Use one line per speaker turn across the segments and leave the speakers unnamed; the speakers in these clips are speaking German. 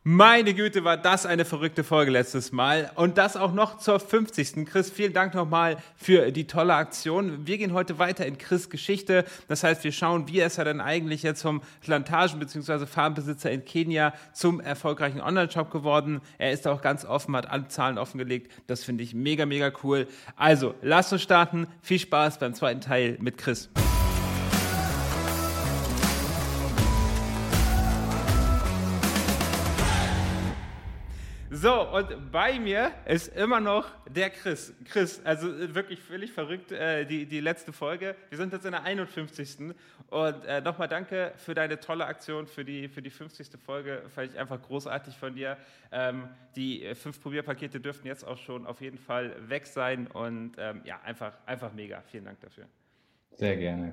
Meine Güte, war das eine verrückte Folge letztes Mal. Und das auch noch zur 50. Chris, vielen Dank nochmal für die tolle Aktion. Wir gehen heute weiter in Chris' Geschichte. Das heißt, wir schauen, wie ist er denn eigentlich jetzt vom Plantagen- bzw. Farmbesitzer in Kenia zum erfolgreichen Online-Shop geworden. Er ist auch ganz offen, hat alle Zahlen offengelegt. Das finde ich mega, mega cool. Also, lasst uns starten. Viel Spaß beim zweiten Teil mit Chris. So, und bei mir ist immer noch der Chris. Chris, also wirklich völlig verrückt, die letzte Folge. Wir sind jetzt in der 51. Und nochmal danke für deine tolle Aktion, für die 50. Folge. Fand ich einfach großartig von dir. Die 5 Probierpakete dürften jetzt auch schon auf jeden Fall weg sein. Und ja, einfach mega. Vielen Dank dafür.
Sehr gerne.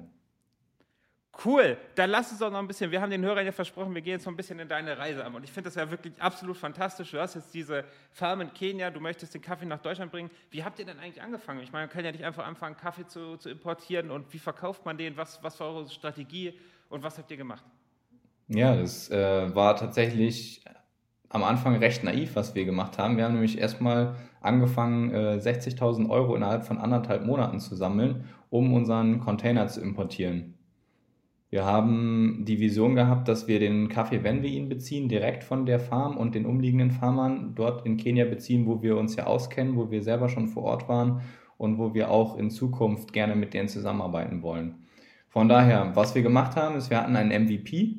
Cool, dann lass uns doch noch ein bisschen, wir haben den Hörern ja versprochen, wir gehen jetzt noch ein bisschen in deine Reise an und ich finde das ja wirklich absolut fantastisch. Du hast jetzt diese Farm in Kenia, du möchtest den Kaffee nach Deutschland bringen. Wie habt ihr denn eigentlich angefangen? Ich meine, man kann ja nicht einfach anfangen, Kaffee zu importieren und wie verkauft man den? Was war eure Strategie und was habt ihr gemacht?
Ja, das war tatsächlich am Anfang recht naiv, was wir gemacht haben. Wir haben nämlich erstmal angefangen, 60.000 Euro innerhalb von 1,5 Monaten zu sammeln, um unseren Container zu importieren. Wir haben die Vision gehabt, dass wir den Kaffee, wenn wir ihn beziehen, direkt von der Farm und den umliegenden Farmern dort in Kenia beziehen, wo wir uns ja auskennen, wo wir selber schon vor Ort waren und wo wir auch in Zukunft gerne mit denen zusammenarbeiten wollen. Von daher, was wir gemacht haben, ist, wir hatten einen MVP.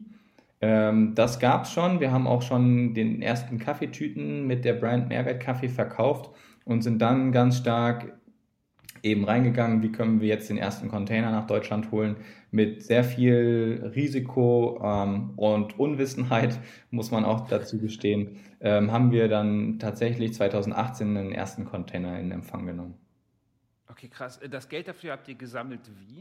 Das gab es schon. Wir haben auch schon den ersten Kaffeetüten mit der Brand Mehrwertkaffee verkauft und sind dann ganz stark eben reingegangen, wie können wir jetzt den ersten Container nach Deutschland holen. Mit sehr viel Risiko und Unwissenheit, muss man auch dazu gestehen, haben wir dann tatsächlich 2018 den ersten Container in Empfang genommen.
Okay, krass. Das Geld dafür habt ihr gesammelt wie?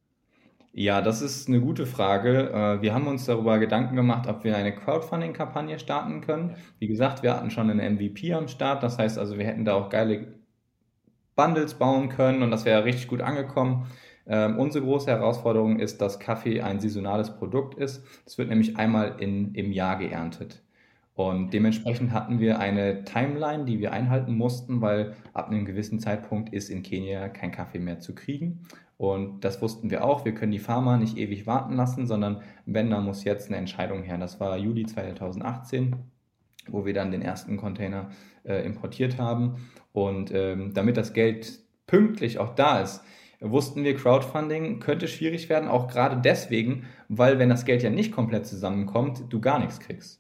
Ja, das ist eine gute Frage. Wir haben uns darüber Gedanken gemacht, ob wir eine Crowdfunding-Kampagne starten können.
Ja.
Wie gesagt, wir hatten schon einen MVP am Start. Das heißt also, wir hätten da auch geile Bundles bauen können und das wäre richtig gut angekommen. Unsere große Herausforderung ist, dass Kaffee ein saisonales Produkt ist. Es wird nämlich einmal im Jahr geerntet. Und dementsprechend hatten wir eine Timeline, die wir einhalten mussten, weil ab einem gewissen Zeitpunkt ist in Kenia kein Kaffee mehr zu kriegen. Und das wussten wir auch. Wir können die Farmer nicht ewig warten lassen, sondern wenn, dann muss jetzt eine Entscheidung her. Das war Juli 2018, wo wir dann den ersten Container importiert haben. Und damit das Geld pünktlich auch da ist, wussten wir, Crowdfunding könnte schwierig werden, auch gerade deswegen, weil wenn das Geld ja nicht komplett zusammenkommt, du gar nichts kriegst.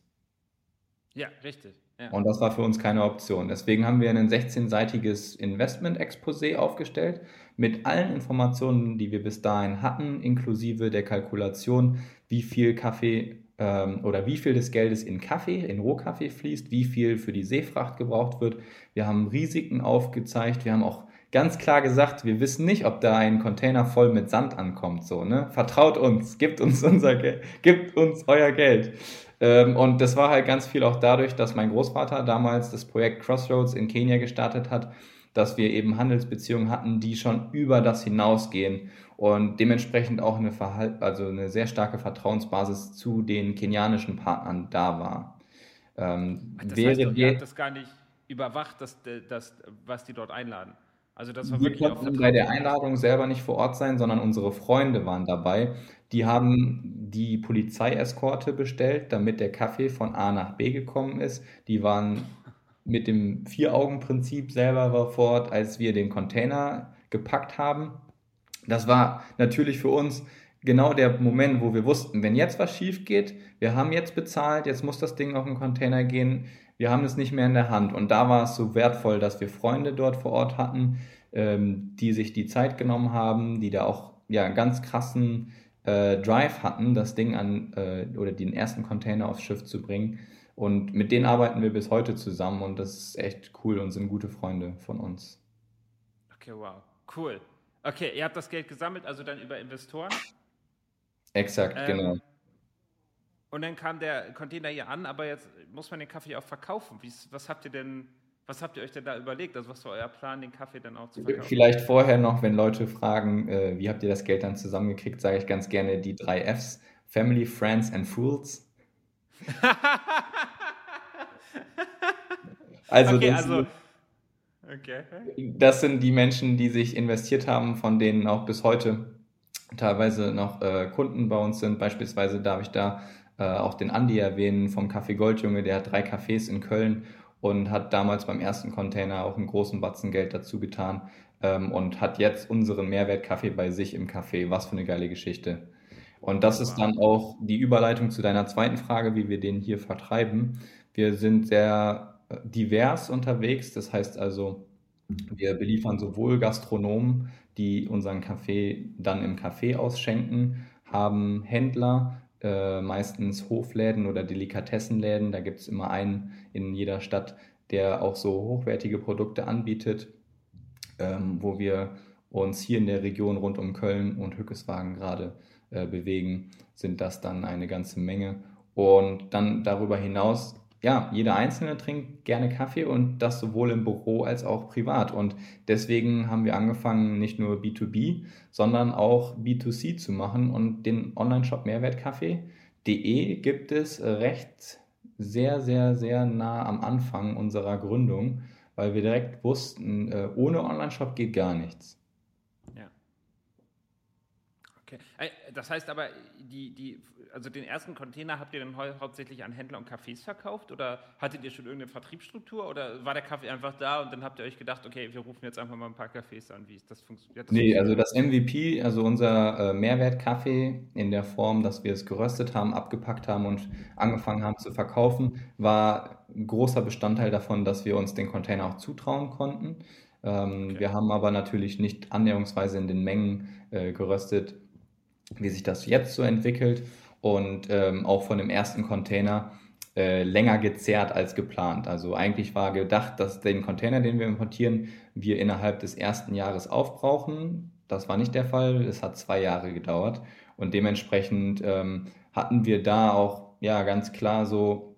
Ja, richtig. Ja.
Und das war für uns keine Option. Deswegen haben wir ein 16-seitiges Investment-Exposé aufgestellt mit allen Informationen, die wir bis dahin hatten, inklusive der Kalkulation, wie viel Kaffee oder wie viel des Geldes in Kaffee, in Rohkaffee fließt, wie viel für die Seefracht gebraucht wird. Wir haben Risiken aufgezeigt. Wir haben auch ganz klar gesagt, wir wissen nicht, ob da ein Container voll mit Sand ankommt. So, ne? Vertraut uns, gebt uns gebt uns euer Geld. Und das war halt ganz viel auch dadurch, dass mein Großvater damals das Projekt Crossroads in Kenia gestartet hat, dass wir eben Handelsbeziehungen hatten, die schon über das hinausgehen und dementsprechend auch also eine sehr starke Vertrauensbasis zu den kenianischen Partnern da war.
Ach, das heißt
Wäre
doch, ihr
die,
habt das gar nicht überwacht, was die dort einladen. Also das war
Wir
wirklich auf
konnten bei der
Vertrauensbasis.
Einladung selber nicht vor Ort sein, sondern unsere Freunde waren dabei. Die haben die Polizeieskorte bestellt, damit der Kaffee von A nach B gekommen ist. Die waren mit dem Vier-Augen-Prinzip selber vor Ort, als wir den Container gepackt haben. Das war natürlich für uns genau der Moment, wo wir wussten, wenn jetzt was schief geht, wir haben jetzt bezahlt, jetzt muss das Ding auf den Container gehen, wir haben es nicht mehr in der Hand. Und da war es so wertvoll, dass wir Freunde dort vor Ort hatten, die sich die Zeit genommen haben, die da auch ja, einen ganz krassen Drive hatten, das Ding oder den ersten Container aufs Schiff zu bringen. Und mit denen arbeiten wir bis heute zusammen und das ist echt cool und sind gute Freunde von uns.
Okay, wow, cool. Okay, ihr habt das Geld gesammelt, also dann über Investoren.
Exakt, genau.
Ähm, und dann kam der Container hier an, aber jetzt muss man den Kaffee auch verkaufen. Was habt ihr euch denn da überlegt? Also was war euer Plan, den Kaffee dann auch zu verkaufen?
Vielleicht vorher noch, wenn Leute fragen, wie habt ihr das Geld dann zusammengekriegt, sage ich ganz gerne die 3 Fs: Family, Friends and Fools. Also
Okay,
das,
also, okay.
das sind die Menschen, die sich investiert haben, von denen auch bis heute teilweise noch Kunden bei uns sind. Beispielsweise darf ich da auch den Andi erwähnen vom Café Goldjunge, der hat 3 Cafés in Köln und hat damals beim ersten Container auch einen großen Batzen Geld dazu getan und hat jetzt unseren Mehrwertkaffee bei sich im Café. Was für eine geile Geschichte. Und das ist
Wow.
dann auch die Überleitung zu deiner zweiten Frage, wie wir den hier vertreiben. Wir sind sehr divers unterwegs, das heißt also, wir beliefern sowohl Gastronomen, die unseren Kaffee dann im Café ausschenken, haben Händler, meistens Hofläden oder Delikatessenläden. Da gibt es immer einen in jeder Stadt, der auch so hochwertige Produkte anbietet, wo wir uns hier in der Region rund um Köln und Hückeswagen gerade bewegen, sind das dann eine ganze Menge. Und dann darüber hinaus, ja, jeder Einzelne trinkt gerne Kaffee und das sowohl im Büro als auch privat. Und deswegen haben wir angefangen, nicht nur B2B, sondern auch B2C zu machen und den Online-Shop Mehrwertkaffee.de gibt es recht sehr, sehr, sehr nah am Anfang unserer Gründung, weil wir direkt wussten, ohne Online-Shop geht gar nichts.
Ja. Okay. Das heißt aber, also den ersten Container habt ihr dann hauptsächlich an Händler und Cafés verkauft oder hattet ihr schon irgendeine Vertriebsstruktur oder war der Kaffee einfach da und dann habt ihr euch gedacht, okay, wir rufen jetzt einfach mal ein paar Cafés an, wie ist das funktioniert? Das
Nee, also
funktioniert?
das MVP, also unser Mehrwertkaffee in der Form, dass wir es geröstet haben, abgepackt haben und angefangen haben zu verkaufen, war ein großer Bestandteil davon, dass wir uns den Container auch zutrauen konnten.
Okay.
Wir haben aber natürlich nicht annäherungsweise in den Mengen geröstet, wie sich das jetzt so entwickelt und auch von dem ersten Container länger gezehrt als geplant. Also eigentlich war gedacht, dass den Container, den wir importieren, wir innerhalb des ersten Jahres aufbrauchen. Das war nicht der Fall. Es hat 2 Jahre gedauert und dementsprechend hatten wir da auch ja ganz klar so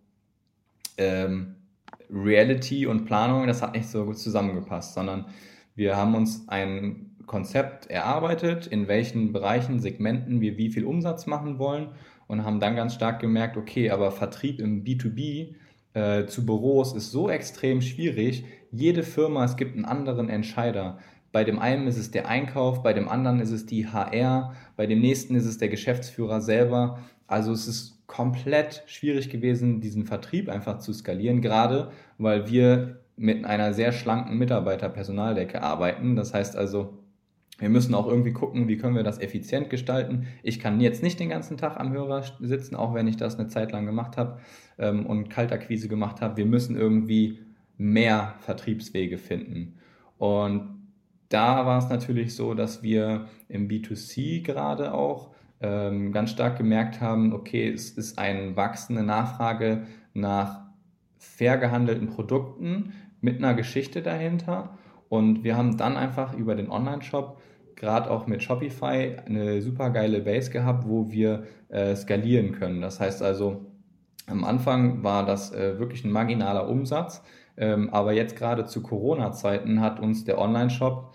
ähm, Reality und Planung, das hat nicht so gut zusammengepasst, sondern wir haben uns ein Konzept erarbeitet, in welchen Bereichen, Segmenten wir wie viel Umsatz machen wollen und haben dann ganz stark gemerkt, okay, aber Vertrieb im B2B zu Büros ist so extrem schwierig. Jede Firma, es gibt einen anderen Entscheider. Bei dem einen ist es der Einkauf, bei dem anderen ist es die HR, bei dem nächsten ist es der Geschäftsführer selber. Also es ist komplett schwierig gewesen, diesen Vertrieb einfach zu skalieren, gerade weil wir mit einer sehr schlanken Mitarbeiterpersonaldecke arbeiten. Das heißt also, wir müssen auch irgendwie gucken, wie können wir das effizient gestalten. Ich kann jetzt nicht den ganzen Tag am Hörer sitzen, auch wenn ich das eine Zeit lang gemacht habe und Kaltakquise gemacht habe. Wir müssen irgendwie mehr Vertriebswege finden. Und da war es natürlich so, dass wir im B2C gerade auch ganz stark gemerkt haben, okay, es ist eine wachsende Nachfrage nach fair gehandelten Produkten mit einer Geschichte dahinter. Und wir haben dann einfach über den Online-Shop, gerade auch mit Shopify, eine super geile Base gehabt, wo wir skalieren können. Das heißt also, am Anfang war das wirklich ein marginaler Umsatz, aber jetzt gerade zu Corona-Zeiten hat uns der Online-Shop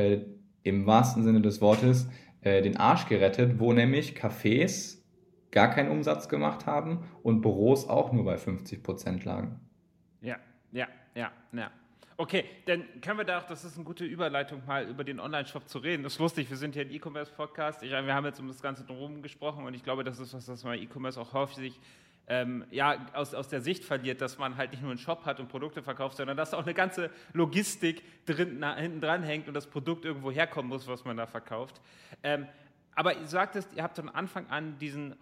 im wahrsten Sinne des Wortes den Arsch gerettet, wo nämlich Cafés gar keinen Umsatz gemacht haben und Büros auch nur bei 50% lagen.
Ja, ja, ja, ja. Okay, dann können wir da auch, das ist eine gute Überleitung, mal über den Online-Shop zu reden. Das ist lustig, wir sind hier ein E-Commerce-Podcast. Wir haben jetzt um das Ganze drum gesprochen und ich glaube, das ist was, das man E-Commerce auch häufig ja, aus der Sicht verliert, dass man halt nicht nur einen Shop hat und Produkte verkauft, sondern dass auch eine ganze Logistik hinten dran hängt und das Produkt irgendwo herkommen muss, was man da verkauft. Ähm, aber du sagtest, ihr habt von Anfang an diesen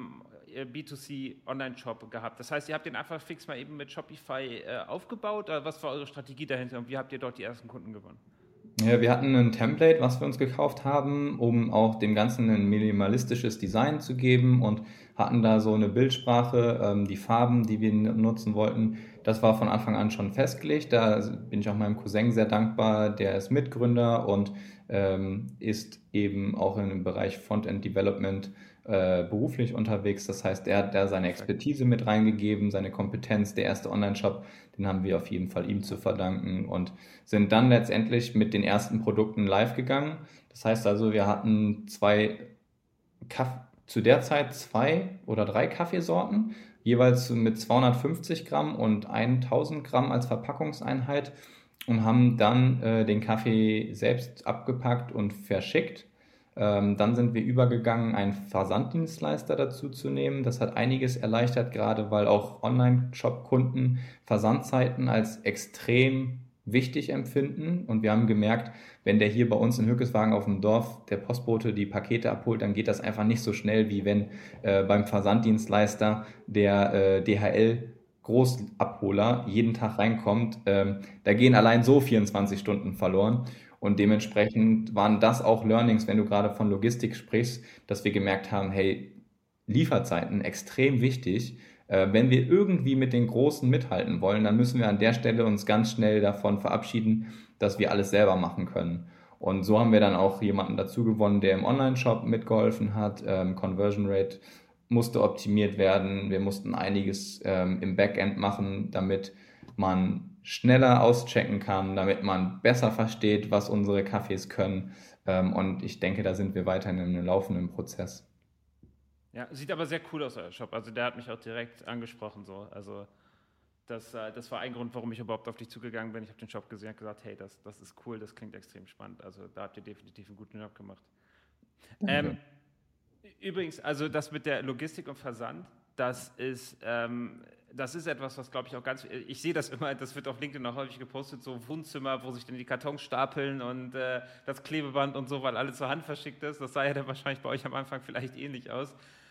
B2C-Online-Shop gehabt. Das heißt, ihr habt den einfach fix mal eben mit Shopify aufgebaut? Oder was war eure Strategie dahinter und wie habt ihr dort die ersten Kunden gewonnen?
Ja, wir hatten ein Template, was wir uns gekauft haben, um auch dem Ganzen ein minimalistisches Design zu geben und hatten da so eine Bildsprache, die Farben, die wir nutzen wollten. Das war von Anfang an schon festgelegt. Da bin ich auch meinem Cousin sehr dankbar. Der ist Mitgründer und ist eben auch im Bereich Frontend Development beruflich unterwegs. Das heißt, er hat da seine
Perfekt.
Expertise mit reingegeben, seine Kompetenz. Der erste Online-Shop, den haben wir auf jeden Fall ihm zu verdanken und sind dann letztendlich mit den ersten Produkten live gegangen. Das heißt also, wir hatten zu der Zeit 2 oder 3 Kaffeesorten. jeweils mit 250 Gramm und 1000 Gramm als Verpackungseinheit und haben dann den Kaffee selbst abgepackt und verschickt. Dann sind wir übergegangen, einen Versanddienstleister dazu zu nehmen. Das hat einiges erleichtert, gerade weil auch Online-Shop-Kunden Versandzeiten als extrem wichtig empfinden. Und wir haben gemerkt, wenn der hier bei uns in Hückeswagen auf dem Dorf der Postbote die Pakete abholt, dann geht das einfach nicht so schnell, wie wenn beim Versanddienstleister der DHL Großabholer jeden Tag reinkommt. Da gehen allein so 24 Stunden verloren. Und dementsprechend waren das auch Learnings, wenn du gerade von Logistik sprichst, dass wir gemerkt haben, hey, Lieferzeiten extrem wichtig. Wenn wir irgendwie mit den Großen mithalten wollen, dann müssen wir an der Stelle uns ganz schnell davon verabschieden, dass wir alles selber machen können. Und so haben wir dann auch jemanden dazu gewonnen, der im Online-Shop mitgeholfen hat. Conversion Rate musste optimiert werden. Wir mussten einiges im Backend machen, damit man schneller auschecken kann, damit man besser versteht, was unsere Kaffees können. Und ich denke, da sind wir weiterhin in einem laufenden Prozess.
Ja, sieht aber sehr cool aus, euer Shop. Also der hat mich auch direkt angesprochen. So. Also das war ein Grund, warum ich überhaupt auf dich zugegangen bin. Ich habe den Shop gesehen und gesagt, hey, das ist cool, das klingt extrem spannend. Also da habt ihr definitiv einen guten Job gemacht.
Danke.
Übrigens, also das mit der Logistik und Versand, das ist etwas, was glaube ich auch ich sehe das immer, das wird auf LinkedIn auch häufig gepostet, so Wohnzimmer, wo sich dann die Kartons stapeln und das Klebeband und so, weil alles zur Hand verschickt ist. Das sah ja dann wahrscheinlich bei euch am Anfang vielleicht ähnlich aus.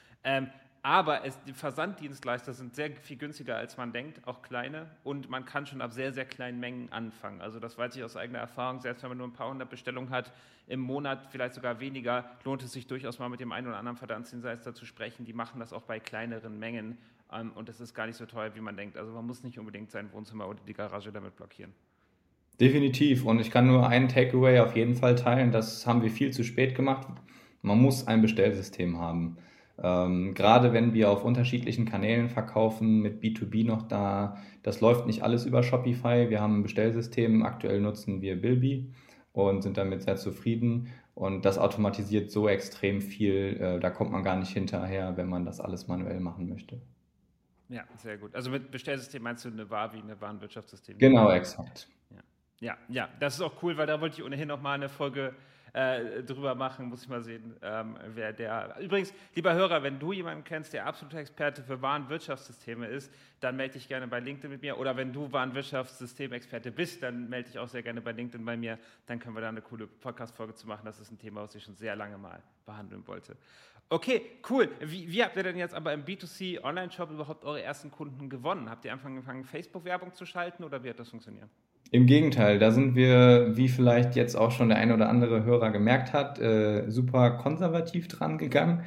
Aber die Versanddienstleister sind sehr viel günstiger, als man denkt, auch kleine. Und man kann schon ab sehr, sehr kleinen Mengen anfangen. Also das weiß ich aus eigener Erfahrung. Selbst wenn man nur ein paar hundert Bestellungen hat, im Monat vielleicht sogar weniger, lohnt es sich durchaus mal mit dem einen oder anderen Versanddienstleister zu sprechen. Die machen das auch bei kleineren Mengen. Und das ist gar nicht so teuer, wie man denkt. Also man muss nicht unbedingt sein Wohnzimmer oder die Garage damit blockieren.
Definitiv. Und ich kann nur einen Takeaway auf jeden Fall teilen. Das haben wir viel zu spät gemacht. Man muss ein Bestellsystem haben. Gerade wenn wir auf unterschiedlichen Kanälen verkaufen, mit B2B noch da, das läuft nicht alles über Shopify. Wir haben ein Bestellsystem. Aktuell nutzen wir Bilby und sind damit sehr zufrieden. Und das automatisiert so extrem viel. Da kommt man gar nicht hinterher, wenn man das alles manuell machen möchte.
Ja, sehr gut. Also mit Bestellsystem meinst du eine Wavi, eine Warenwirtschaftssystem?
Genau, exakt.
Ja, das ist auch cool, weil da wollte ich ohnehin noch mal eine Folge drüber machen, muss ich mal sehen, wer der... Übrigens, lieber Hörer, wenn du jemanden kennst, der absoluter Experte für Warenwirtschaftssysteme ist, dann melde dich gerne bei LinkedIn mit mir. Oder wenn du Warenwirtschaftssystemexperte bist, dann melde dich auch sehr gerne bei LinkedIn bei mir. Dann können wir da eine coole Podcast-Folge zu machen. Das ist ein Thema, was ich schon sehr lange mal behandeln wollte. Okay, cool. Wie habt ihr denn jetzt aber im B2C Online-Shop überhaupt eure ersten Kunden gewonnen? Habt ihr angefangen, Facebook-Werbung zu schalten oder wie hat das funktioniert?
Im Gegenteil, da sind wir, wie vielleicht jetzt auch schon der ein oder andere Hörer gemerkt hat, super konservativ dran gegangen.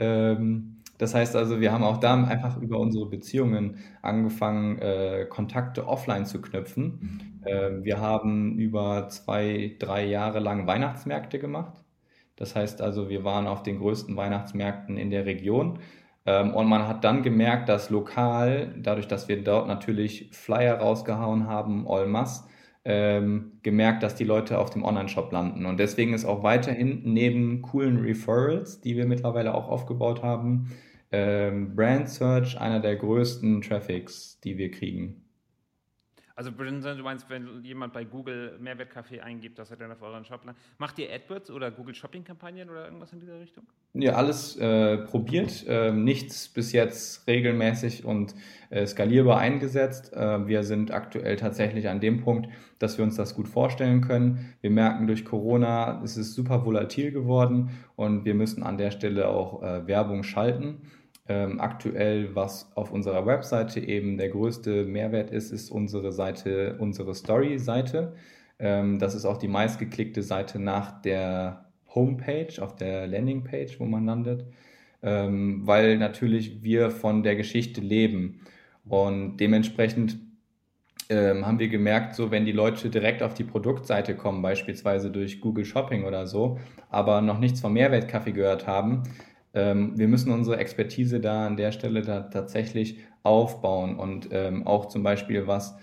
Das heißt also, wir haben auch da einfach über unsere Beziehungen angefangen, Kontakte offline zu knüpfen. Wir haben über 2, 3 Jahre lang Weihnachtsmärkte gemacht. Das heißt also, wir waren auf den größten Weihnachtsmärkten in der Region. Und man hat dann gemerkt, dass lokal, dadurch, dass wir dort natürlich Flyer rausgehauen haben, en masse, gemerkt, dass die Leute auf dem Online-Shop landen. Und deswegen ist auch weiterhin neben coolen Referrals, die wir mittlerweile auch aufgebaut haben, Brand Search einer der größten Traffics, die wir kriegen.
Also du meinst, wenn jemand bei Google Mehrwertkaffee eingibt, dass er dann auf euren Shop landet. Macht ihr AdWords oder Google Shopping-Kampagnen oder irgendwas in dieser Richtung?
Ja, alles probiert, nichts bis jetzt regelmäßig und skalierbar eingesetzt. Wir sind aktuell tatsächlich an dem Punkt, dass wir uns das gut vorstellen können. Wir merken, durch Corona ist es super volatil geworden und wir müssen an der Stelle auch Werbung schalten. Aktuell, was auf unserer Webseite eben der größte Mehrwert ist, ist unsere Seite, unsere Story-Seite. Das ist auch die meistgeklickte Seite nach der Homepage, auf der Landingpage, wo man landet, weil natürlich wir von der Geschichte leben. Und dementsprechend haben wir gemerkt, so wenn die Leute direkt auf die Produktseite kommen, beispielsweise durch Google Shopping oder so, aber noch nichts vom Mehrwertkaffee gehört haben, wir müssen unsere Expertise da an der Stelle da tatsächlich aufbauen und auch zum Beispiel was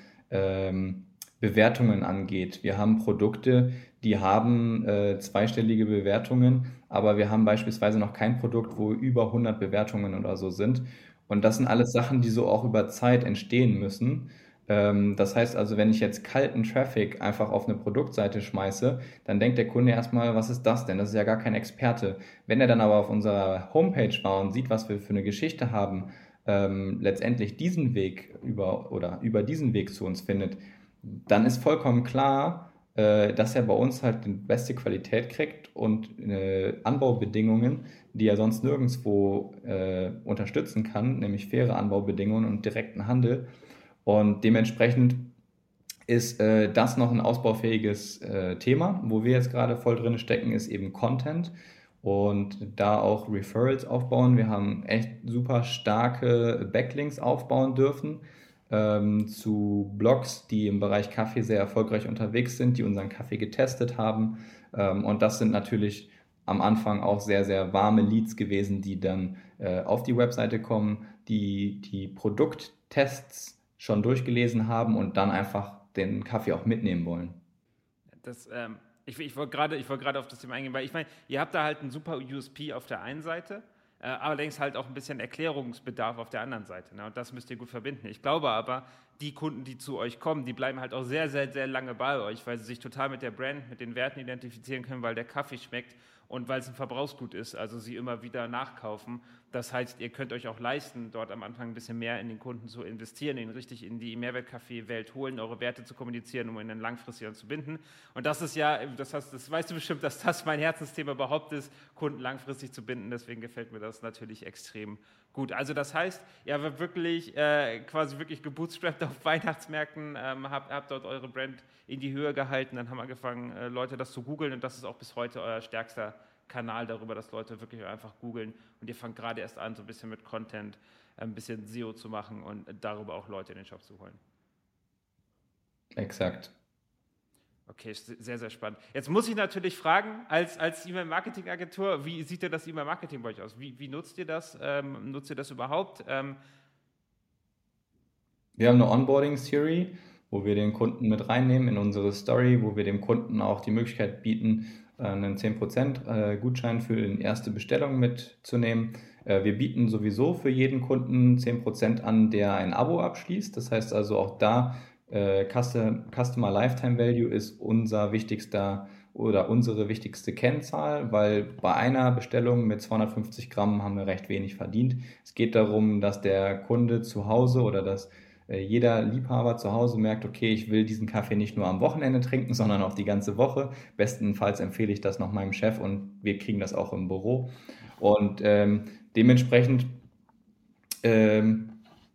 Bewertungen angeht. Wir haben Produkte, die haben zweistellige Bewertungen, aber wir haben beispielsweise noch kein Produkt, wo über 100 Bewertungen oder so sind. Und das sind alles Sachen, die so auch über Zeit entstehen müssen. Das heißt also, wenn ich jetzt kalten Traffic einfach auf eine Produktseite schmeiße, dann denkt der Kunde erstmal, was ist das denn? Das ist ja gar kein Experte. Wenn er dann aber auf unserer Homepage war und sieht, was wir für eine Geschichte haben, letztendlich diesen Weg über diesen Weg zu uns findet, dann ist vollkommen klar, dass er bei uns halt die beste Qualität kriegt und Anbaubedingungen, die er sonst nirgendwo unterstützen kann, nämlich faire Anbaubedingungen und direkten Handel. Und dementsprechend ist das noch ein ausbaufähiges Thema. Wo wir jetzt gerade voll drin stecken, ist eben Content und da auch Referrals aufbauen. Wir haben echt super starke Backlinks aufbauen dürfen zu Blogs, die im Bereich Kaffee sehr erfolgreich unterwegs sind, die unseren Kaffee getestet haben. Und das sind natürlich am Anfang auch sehr, sehr warme Leads gewesen, die dann auf die Webseite kommen, die Produkttests schon durchgelesen haben und dann einfach den Kaffee auch mitnehmen wollen.
Das, ich wollte gerade auf das Thema eingehen, weil ich meine, ihr habt da halt einen super USP auf der einen Seite, allerdings halt auch ein bisschen Erklärungsbedarf auf der anderen Seite. Ne? Und das müsst ihr gut verbinden. Ich glaube aber, die Kunden, die zu euch kommen, die bleiben halt auch sehr, sehr, sehr lange bei euch, weil sie sich total mit der Brand, mit den Werten identifizieren können, weil der Kaffee schmeckt und weil es ein Verbrauchsgut ist, also sie immer wieder nachkaufen. Das heißt, ihr könnt euch auch leisten, dort am Anfang ein bisschen mehr in den Kunden zu investieren, ihn richtig in die Mehrwertkaffee-Welt holen, eure Werte zu kommunizieren, um ihn dann langfristig zu binden. Und das ist ja, das weißt du bestimmt, dass das mein Herzensthema überhaupt ist, Kunden langfristig zu binden. Deswegen gefällt mir das natürlich extrem gut. Also das heißt, ihr habt wirklich quasi wirklich gebootstrapped auf Weihnachtsmärkten, habt dort eure Brand in die Höhe gehalten, dann haben angefangen, Leute das zu googeln und das ist auch bis heute euer stärkster Kanal darüber, dass Leute wirklich einfach googeln und ihr fangt gerade erst an, so ein bisschen mit Content, ein bisschen SEO zu machen und darüber auch Leute in den Shop zu holen.
Exakt.
Okay, sehr, sehr spannend. Jetzt muss ich natürlich fragen, als E-Mail-Marketing-Agentur, wie sieht denn das E-Mail-Marketing bei euch aus? Wie nutzt ihr das? Nutzt ihr das überhaupt?
Wir haben eine Onboarding-Theory, wo wir den Kunden mit reinnehmen in unsere Story, wo wir dem Kunden auch die Möglichkeit bieten, einen 10% Gutschein für die erste Bestellung mitzunehmen. Wir bieten sowieso für jeden Kunden 10% an, der ein Abo abschließt. Das heißt also auch da, Customer Lifetime Value ist unser wichtigster oder unsere wichtigste Kennzahl, weil bei einer Bestellung mit 250 Gramm haben wir recht wenig verdient. Es geht darum, dass der Kunde zu Hause oder dass jeder Liebhaber zu Hause merkt, okay, ich will diesen Kaffee nicht nur am Wochenende trinken, sondern auch die ganze Woche. Bestenfalls empfehle ich das noch meinem Chef und wir kriegen das auch im Büro. Und dementsprechend, ähm,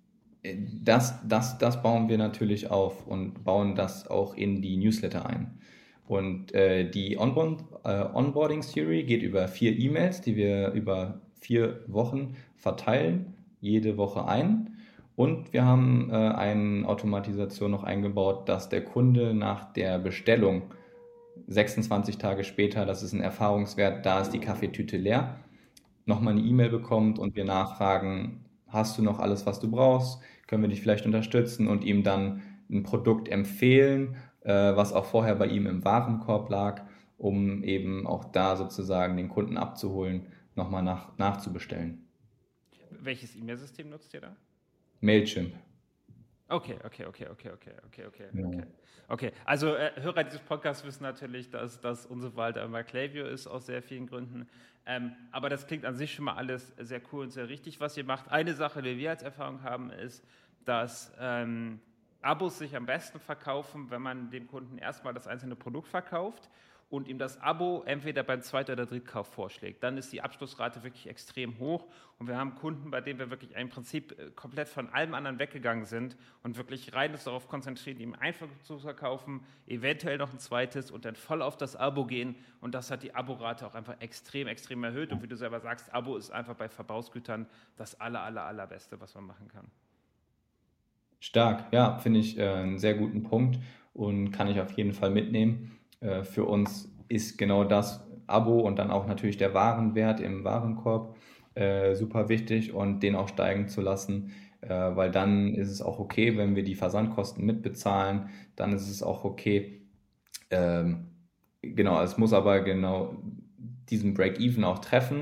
das bauen wir natürlich auf und bauen das auch in die Newsletter ein. Und die Onboarding Theory geht über 4 E-Mails, die wir über 4 Wochen verteilen, jede Woche ein. Und wir haben eine Automatisation noch eingebaut, dass der Kunde nach der Bestellung 26 Tage später, das ist ein Erfahrungswert, da ist die Kaffeetüte leer, nochmal eine E-Mail bekommt und wir nachfragen, hast du noch alles, was du brauchst? Können wir dich vielleicht unterstützen und ihm dann ein Produkt empfehlen, was auch vorher bei ihm im Warenkorb lag, um eben auch da sozusagen den Kunden abzuholen, nochmal nachzubestellen.
Welches E-Mail-System nutzt ihr da?
Mailchimp.
Okay.
Ja.
Okay, also Hörer dieses Podcasts wissen natürlich, dass unsere Wahl da immer Klaviyo ist, aus sehr vielen Gründen. Aber das klingt an sich schon mal alles sehr cool und sehr richtig, was ihr macht. Eine Sache, die wir als Erfahrung haben, ist, dass Abos sich am besten verkaufen, wenn man dem Kunden erstmal das einzelne Produkt verkauft und ihm das Abo entweder beim Zweit- oder Drittkauf vorschlägt. Dann ist die Abschlussrate wirklich extrem hoch und wir haben Kunden, bei denen wir wirklich im Prinzip komplett von allem anderen weggegangen sind und wirklich rein uns darauf konzentrieren, ihm einfach zu verkaufen, eventuell noch ein zweites und dann voll auf das Abo gehen und das hat die Aborate auch einfach extrem, extrem erhöht und wie du selber sagst, Abo ist einfach bei Verbrauchsgütern das allerbeste, was man machen kann.
Stark, ja, finde ich einen sehr guten Punkt und kann ich auf jeden Fall mitnehmen. Für uns ist genau das Abo und dann auch natürlich der Warenwert im Warenkorb super wichtig und den auch steigen zu lassen, weil dann ist es auch okay, wenn wir die Versandkosten mitbezahlen, dann ist es auch okay. Ähm, genau, es muss aber genau diesen Break-Even auch treffen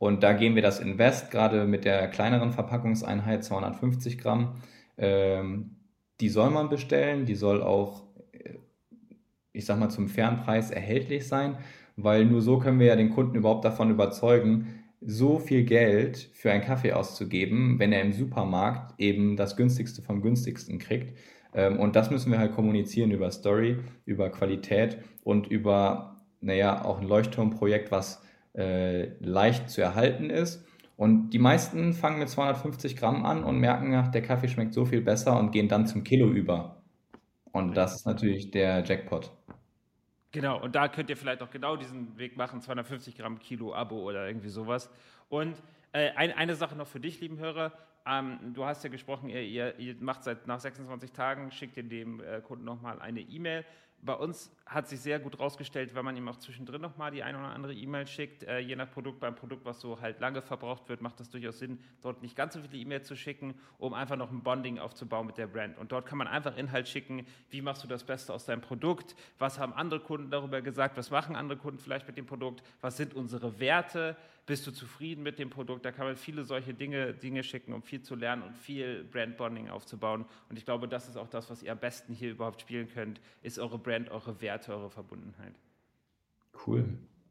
Und da gehen wir das Invest, gerade mit der kleineren Verpackungseinheit, 250 Gramm. Die soll man bestellen, die soll auch, ich sag mal, zum fairen Preis erhältlich sein, weil nur so können wir ja den Kunden überhaupt davon überzeugen, so viel Geld für einen Kaffee auszugeben, wenn er im Supermarkt eben das günstigste vom günstigsten kriegt. Und das müssen wir halt kommunizieren über Story, über Qualität und über, naja, auch ein Leuchtturmprojekt, was leicht zu erhalten ist. Und die meisten fangen mit 250 Gramm an und merken, ach, der Kaffee schmeckt so viel besser und gehen dann zum Kilo über. Und das ist natürlich der Jackpot.
Genau, und da könnt ihr vielleicht auch genau diesen Weg machen, 250 Gramm Kilo Abo oder irgendwie sowas. Und eine Sache noch für dich, lieben Hörer. Du hast ja gesprochen, ihr macht nach 26 Tagen, schickt ihr dem Kunden nochmal eine E-Mail. Bei uns hat sich sehr gut rausgestellt, wenn man ihm auch zwischendrin nochmal die eine oder andere E-Mail schickt, je nach Produkt, beim Produkt, was so halt lange verbraucht wird, macht das durchaus Sinn, dort nicht ganz so viele E-Mails zu schicken, um einfach noch ein Bonding aufzubauen mit der Brand. Und dort kann man einfach Inhalt schicken, wie machst du das Beste aus deinem Produkt, was haben andere Kunden darüber gesagt, was machen andere Kunden vielleicht mit dem Produkt, was sind unsere Werte, bist du zufrieden mit dem Produkt, da kann man viele solche Dinge schicken, um viel zu lernen und viel Brand-Bonding aufzubauen. Und ich glaube, das ist auch das, was ihr am besten hier überhaupt spielen könnt, ist eure Brand, eure Werte, eure Verbundenheit.
Cool.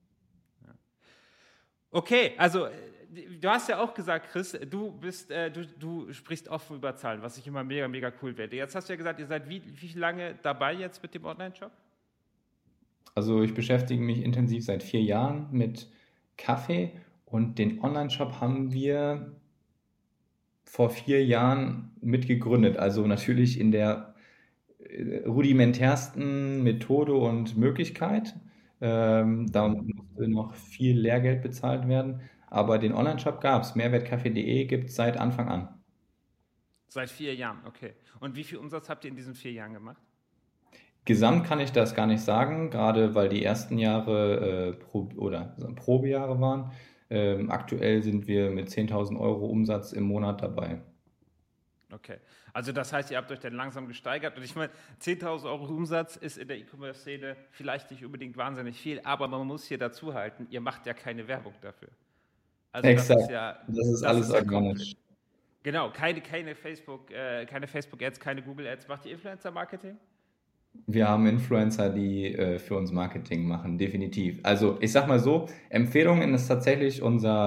Okay, also du hast ja auch gesagt, Chris, du sprichst offen über Zahlen, was ich immer mega, mega cool finde. Jetzt hast du ja gesagt, ihr seid wie lange dabei jetzt mit dem Online-Shop?
Also ich beschäftige mich intensiv seit 4 Jahren mit Kaffee und den Online-Shop haben wir vor 4 Jahren mitgegründet. Also natürlich in der rudimentärsten Methode und Möglichkeit. Da musste noch viel Lehrgeld bezahlt werden. Aber den Online-Shop gab es. Mehrwertkaffee.de gibt es seit Anfang an.
Seit 4 Jahren, okay. Und wie viel Umsatz habt ihr in diesen 4 Jahren gemacht?
Gesamt kann ich das gar nicht sagen, gerade weil die ersten Jahre oder Probejahre waren. Aktuell sind wir mit 10.000 Euro Umsatz im Monat dabei.
Okay, also das heißt, ihr habt euch dann langsam gesteigert und ich meine, 10.000 Euro Umsatz ist in der E-Commerce-Szene vielleicht nicht unbedingt wahnsinnig viel, aber man muss hier dazu halten, ihr macht ja keine Werbung dafür. Also
Exakt. Das ist
das
alles
ist ja komplett.
organisch.
Genau, keine Facebook-Ads, keine Google-Ads. Macht ihr Influencer-Marketing?
Wir haben Influencer, die für uns Marketing machen, definitiv. Also ich sag mal so, Empfehlungen ist tatsächlich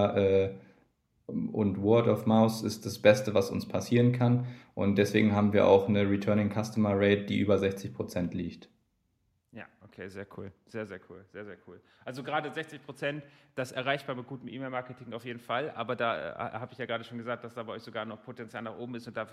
und Word of Mouth ist das Beste, was uns passieren kann. Und deswegen haben wir auch eine Returning Customer Rate, die über 60% liegt.
Ja, okay, sehr cool. Sehr, sehr cool. Sehr, sehr cool. Also gerade 60%, das erreicht man mit gutem E-Mail-Marketing auf jeden Fall. Aber da habe ich ja gerade schon gesagt, dass da bei euch sogar noch Potenzial nach oben ist und dafür